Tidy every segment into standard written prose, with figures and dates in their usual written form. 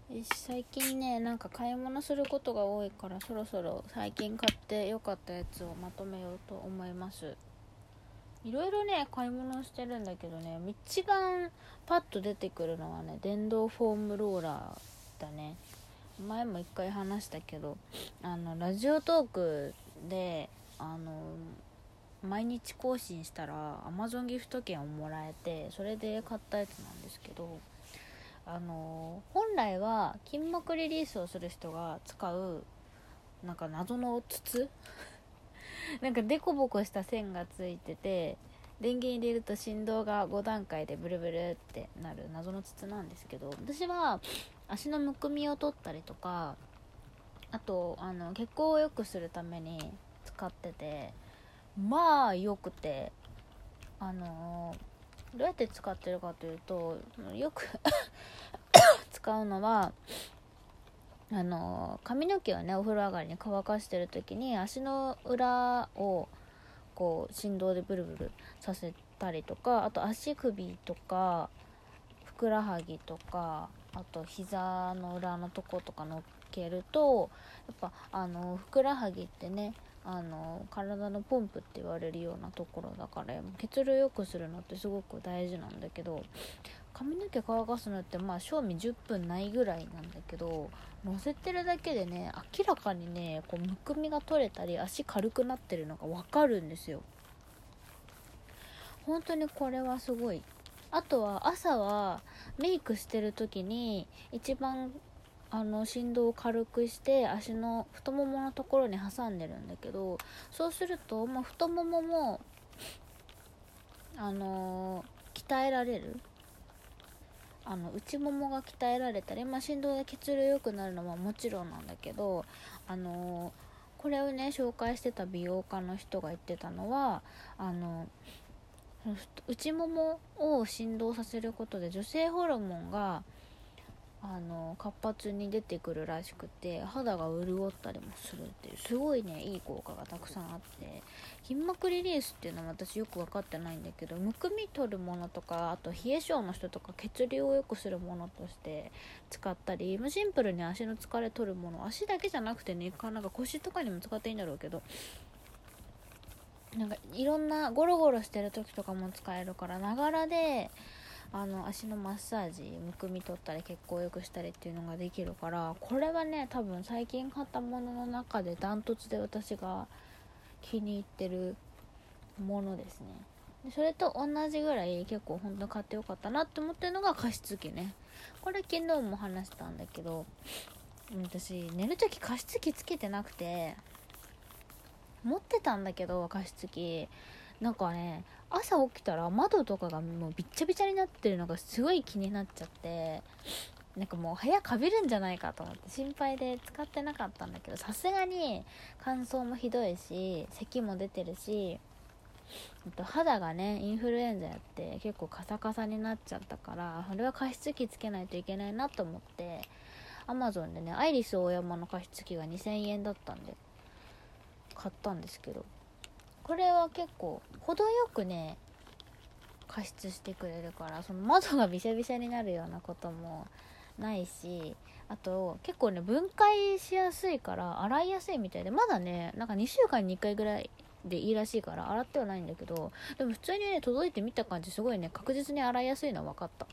最近ねなんか買い物することが多いから、そろそろ最近買って良かったやつをまとめようと思います。いろいろね買い物してるんだけどね、一番パッと出てくるのはね、電動フォームローラーだね。前も一回話したけど、ラジオトークで毎日更新したら Amazon ギフト券をもらえて、それで買ったやつなんですけど、本来は筋膜リリースをする人が使うなんか謎の筒なんかデコボコした線がついてて、電源入れると振動が5段階でブルブルってなる謎の筒なんですけど、私は足のむくみを取ったりとか、あと血行を良くするために使ってて、まあ良くて、どうやって使ってるかというと、よく使うのは髪の毛をねお風呂上がりに乾かしてる時に足の裏をこう振動でブルブルさせたりとか、あと足首とかふくらはぎとか、あと膝の裏のとことか乗っけると、やっぱふくらはぎってね、体のポンプって言われるようなところだから、血流良くするのってすごく大事なんだけど、髪の毛乾かすのって賞味10分ないぐらいなんだけど、乗せてるだけでね、明らかにねこうむくみが取れたり足軽くなってるのが分かるんですよ。本当にこれはすごい。あとは朝はメイクしてる時に一番振動を軽くして足の太もものところに挟んでるんだけど、そうするともう太ももも鍛えられる、内ももが鍛えられたり、振動で血流良くなるのはもちろんなんだけど、これをね紹介してた美容家の人が言ってたのは、内ももを振動させることで女性ホルモンが活発に出てくるらしくて、肌が潤ったりもするっていう、すごいねいい効果がたくさんあって、筋膜リリースっていうのは私よく分かってないんだけど、むくみ取るものとか、あと冷え性の人とか血流を良くするものとして使ったり、シンプルに足の疲れ取るもの、足だけじゃなくてね、なんか腰とかにも使っていいんだろうけど、なんかいろんなゴロゴロしてる時とかも使えるから、ながらで足のマッサージ、むくみ取ったり血行を良くしたりっていうのができるから、これはね多分最近買ったものの中でダントツで私が気に入ってるものですね。でそれと同じぐらい結構本当に買ってよかったなって思ってるのが加湿器ね。これ昨日も話したんだけど、私寝るとき加湿器つけてなくて、持ってたんだけど加湿器なんかね、朝起きたら窓とかがもうびっちゃびちゃになってるのがすごい気になっちゃって、なんかもう部屋かびるんじゃないかと思って心配で使ってなかったんだけど、さすがに乾燥もひどいし咳も出てるし、肌がねインフルエンザやって結構カサカサになっちゃったから、それは加湿器つけないといけないなと思って Amazon でねアイリスオーヤマの加湿器が2000円だったんで買ったんですけど、これは結構程よくね加湿してくれるから、その窓がびしゃびしゃになるようなこともないし、あと結構ね分解しやすいから洗いやすいみたいで、まだねなんか2週間に1回ぐらいでいいらしいから洗ってはないんだけど、でも普通にね届いてみた感じすごいね確実に洗いやすいのは分かった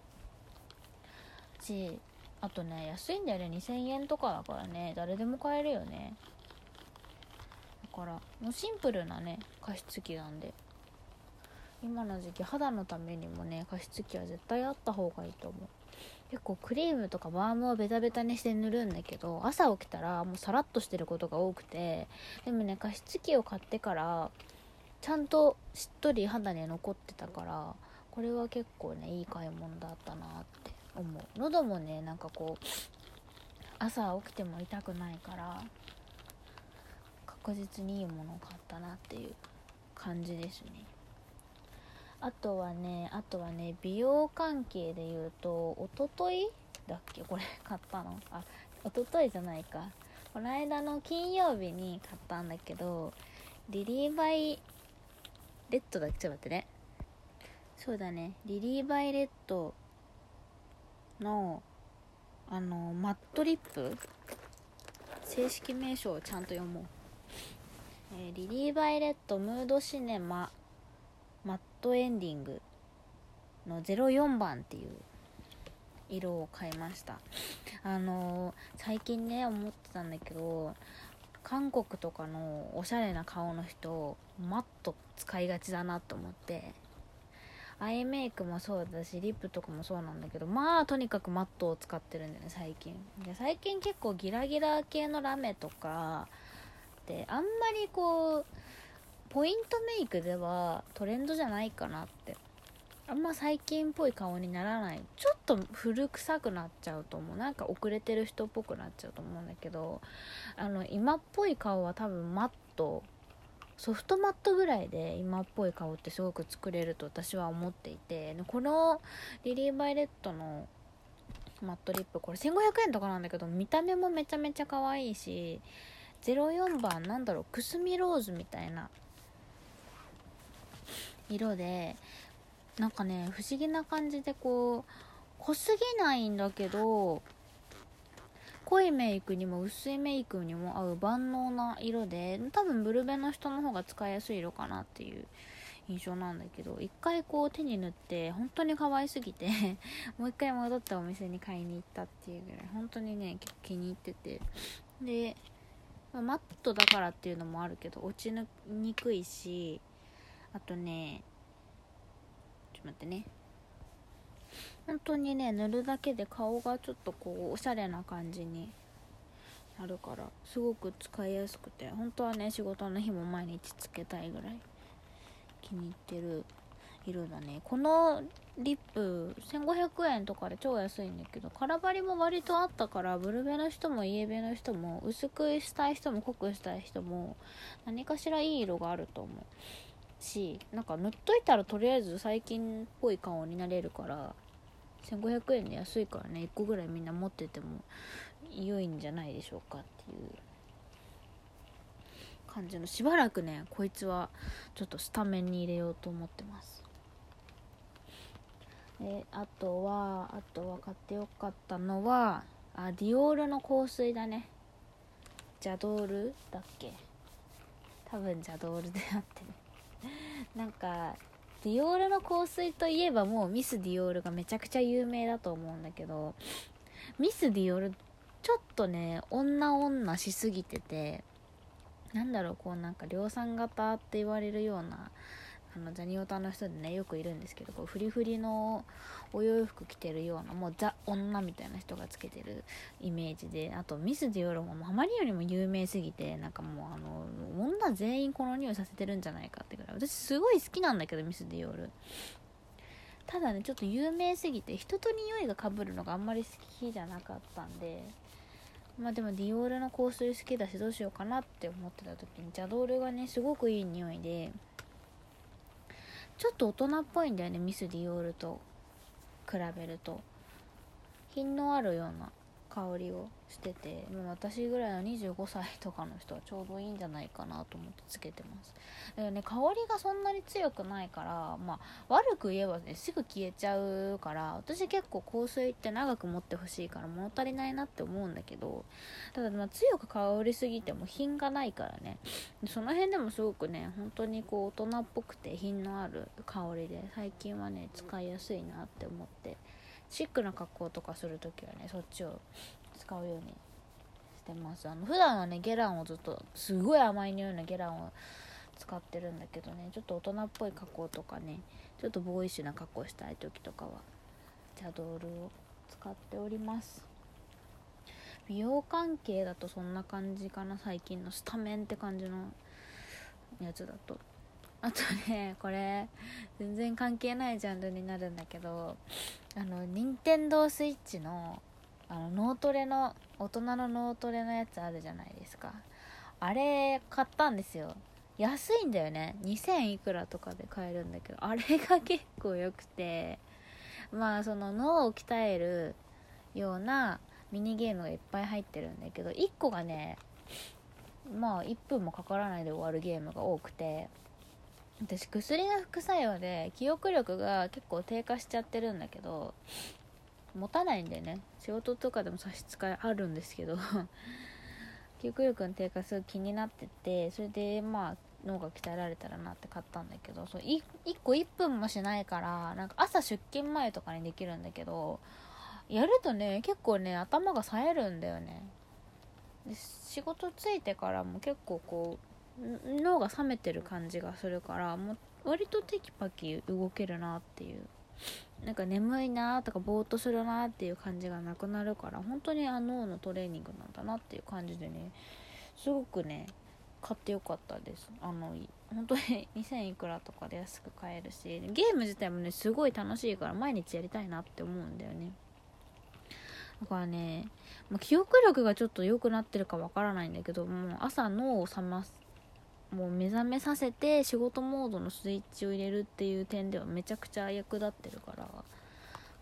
し、あとね安いんだよね、2000円とかだからね誰でも買えるよね。だからもうシンプルなね加湿器なんで、今の時期肌のためにもね加湿器は絶対あった方がいいと思う。結構クリームとかバームをベタベタにして塗るんだけど、朝起きたらもうサラッとしてることが多くて、でもね加湿器を買ってからちゃんとしっとり肌に残ってたから、これは結構ねいい買い物だったなって思う。喉もねなんかこう朝起きても痛くないから確実にいいものを買ったなっていう感じですね。あとはね美容関係で言うと、一昨日だっけこれ買ったの、一昨日じゃないか、この間の金曜日に買ったんだけど、リリーバイレッドだっけ、ちょっと待ってね、そうだね、リリーバイレッドのマットリップ、正式名称をちゃんと読もう、リリー・バイレットムードシネママットエンディングの04番っていう色を買いました。最近ね思ってたんだけど、韓国とかのおしゃれな顔の人マット使いがちだなと思って、アイメイクもそうだしリップとかもそうなんだけど、まあとにかくマットを使ってるんだよね最近。で最近結構ギラギラ系のラメとかであんまりこうポイントメイクではトレンドじゃないかなって、あんま最近っぽい顔にならない、ちょっと古臭くなっちゃうと思う、なんか遅れてる人っぽくなっちゃうと思うんだけど、今っぽい顔は多分マット、ソフトマットぐらいで今っぽい顔ってすごく作れると私は思っていて、このリリー・バイレットのマットリップこれ1500円とかなんだけど、見た目もめちゃめちゃ可愛いし、04番なんだろう、くすみローズみたいな色で、なんかね不思議な感じでこう濃すぎないんだけど濃いメイクにも薄いメイクにも合う万能な色で、多分ブルベの人の方が使いやすい色かなっていう印象なんだけど、一回こう手に塗って本当に可愛すぎてもう一回戻ったお店に買いに行ったっていうぐらい本当にね結構気に入ってて、で、マットだからっていうのもあるけど落ちにくいし、あとねちょっと待ってね、本当にね塗るだけで顔がちょっとこうおしゃれな感じになるからすごく使いやすくて、本当はね仕事の日も毎日つけたいぐらい気に入ってる色だね。このリップ1500円とかで超安いんだけど、カラバリも割とあったから、ブルベの人もイエベの人も薄くしたい人も濃くしたい人も何かしらいい色があると思うし、なんか塗っといたらとりあえず最近っぽい顔になれるから1500円で安いからね、1個ぐらいみんな持ってても良いんじゃないでしょうかっていう感じの、しばらくねこいつはちょっとスタメンに入れようと思ってます。であとは買ってよかったのはディオールの香水だね。ジャドールだっけ、多分ジャドールであってるなんかディオールの香水といえばもうミスディオールがめちゃくちゃ有名だと思うんだけど、ミスディオールちょっとね女しすぎてて、なんだろう、こうなんか量産型って言われるようなジャニオタの人でねよくいるんですけど、こうフリフリのお洋服着てるようなもうザ女みたいな人がつけてるイメージで、あとミスディオールもあまりよりも有名すぎて、なんかもう女全員この匂いさせてるんじゃないかってぐらい、私すごい好きなんだけどミスディオール、ただねちょっと有名すぎて人と匂いが被るのがあんまり好きじゃなかったんで、まあでもディオールの香水好きだしどうしようかなって思ってた時にジャドールがねすごくいい匂いで、ちょっと大人っぽいんだよね、ミスディオールと比べると品のあるような香りをしてて、もう私ぐらいの25歳とかの人はちょうどいいんじゃないかなと思ってつけてます。だからね香りがそんなに強くないから、まあ悪く言えばねすぐ消えちゃうから、私結構香水って長く持ってほしいから物足りないなって思うんだけど、ただまあ強く香りすぎても品がないからね、その辺でもすごくね本当にこう大人っぽくて品のある香りで最近はね使いやすいなって思って、シックな格好とかするときはねそっちを使うようにしてます。普段はねゲランをずっとすごい甘い匂いのゲランを使ってるんだけどね、ちょっと大人っぽい格好とかねちょっとボーイッシュな格好したい時とかはチャドールを使っております。美容関係だとそんな感じかな、最近のスタメンって感じのやつだと。あとねこれ全然関係ないジャンルになるんだけど、任天堂スイッチの脳トレの大人の脳トレのやつあるじゃないですか。あれ買ったんですよ。安いんだよね、2000いくらとかで買えるんだけど、あれが結構良くて、まあその脳を鍛えるようなミニゲームがいっぱい入ってるんだけど、1個がねまあ1分もかからないで終わるゲームが多くて、私薬の副作用で記憶力が結構低下しちゃってるんだけど、 持たないんでね、仕事とかでも差し支えあるんですけど記憶力の低下すごい気になってて、それでまあ脳が鍛えられたらなって買ったんだけど、1個1分もしないから、なんか朝出勤前とかにできるんだけど、やるとね結構ね頭が冴えるんだよね。で仕事ついてからも結構こう脳が冷めてる感じがするから、もう割とテキパキ動けるなっていう、なんか眠いなとかぼーっとするなっていう感じがなくなるから、本当に脳のトレーニングなんだなっていう感じでね、すごくね買ってよかったです。本当に2000いくらとかで安く買えるし、ゲーム自体もねすごい楽しいから毎日やりたいなって思うんだよね。だからね、もう記憶力がちょっと良くなってるかわからないんだけど、もう朝脳をもう目覚めさせて仕事モードのスイッチを入れるっていう点ではめちゃくちゃ役立ってるから、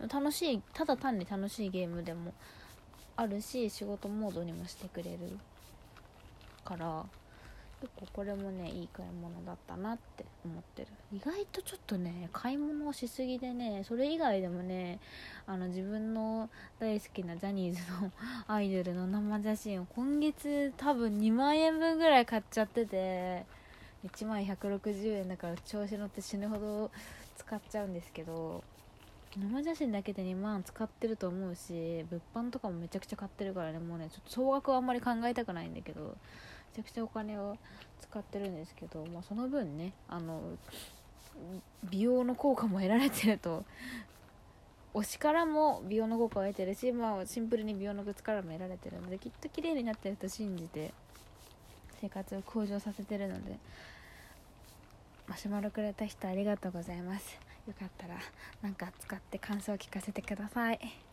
楽しい、ただ単に楽しいゲームでもあるし、仕事モードにもしてくれるから、結構これもねいい買い物だったなって思ってる。意外とちょっとね買い物をしすぎでね、それ以外でもね自分の大好きなジャニーズのアイドルの生写真を今月多分2万円分ぐらい買っちゃってて、1万160円だから調子乗って死ぬほど使っちゃうんですけど、生写真だけで2万使ってると思うし、物販とかもめちゃくちゃ買ってるからね、もうねちょっと総額はあんまり考えたくないんだけど、めちゃくちゃお金を使ってるんですけど、まあ、その分ね美容の効果も得られてると、推しからも美容の効果を得てるし、まあ、シンプルに美容のグッズからも得られてるので、きっと綺麗になってると信じて生活を向上させてるので、マシュマロくれた人ありがとうございます。よかったらなんか使って感想を聞かせてください。